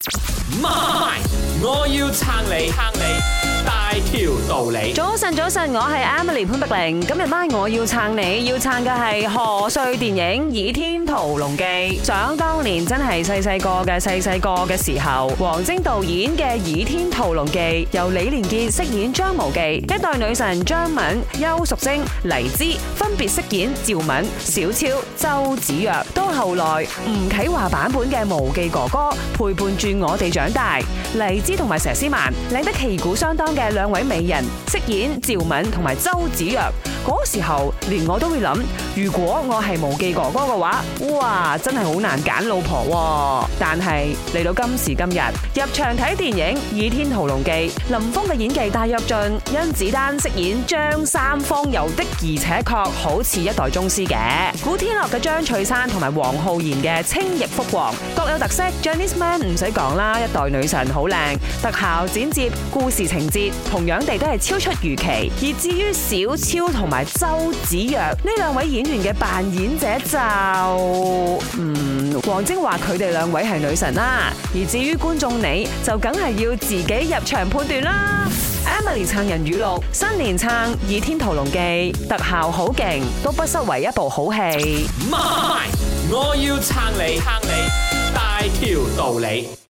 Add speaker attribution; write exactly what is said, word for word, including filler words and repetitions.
Speaker 1: 媽，我要撐你，撐你大條道理。
Speaker 2: 早晨，早晨，我係 Emily 潘碧玲。今日晚我要撐你，要撐嘅係賀歲電影《倚天屠龍記》。想當年真係細細個嘅細細個嘅時候，王晶導演嘅《倚天屠龍記》由李連杰飾演張無忌，一代女神張敏、邱淑貞、黎姿分別飾演趙敏、小超、周芷若。到後來吳啟華版本嘅無忌哥哥陪伴住我哋長大，黎姿同埋佘詩曼靚得旗鼓相當嘅兩位美人飾演趙敏同埋周芷若。嗰時候連我都會諗，如果我係無忌哥哥嘅話，哇，真係好難揀老婆。但係嚟到今時今日，入場睇電影《倚天屠龍記》，林峰嘅演技大躍進，甄子丹飾演張三豐有的而且確好似一代宗師嘅，古天樂嘅張翠山同埋黃浩然嘅青翼福王各有特色。Janice Man 唔使講啦，一代女神好靚，特效剪接、故事情節同樣地都係超出預期。而至於小超同埋周芷若呢兩位演員嘅扮演者就，嗯，王晶話佢哋兩位係女神啦。而至於觀眾你就梗係要自己入場判斷啦。Emily 撐人語錄：新年撐《倚天屠龍記》，特效好勁，都不失為一部好戲。
Speaker 1: 媽，我要撐你，撐你大條道理。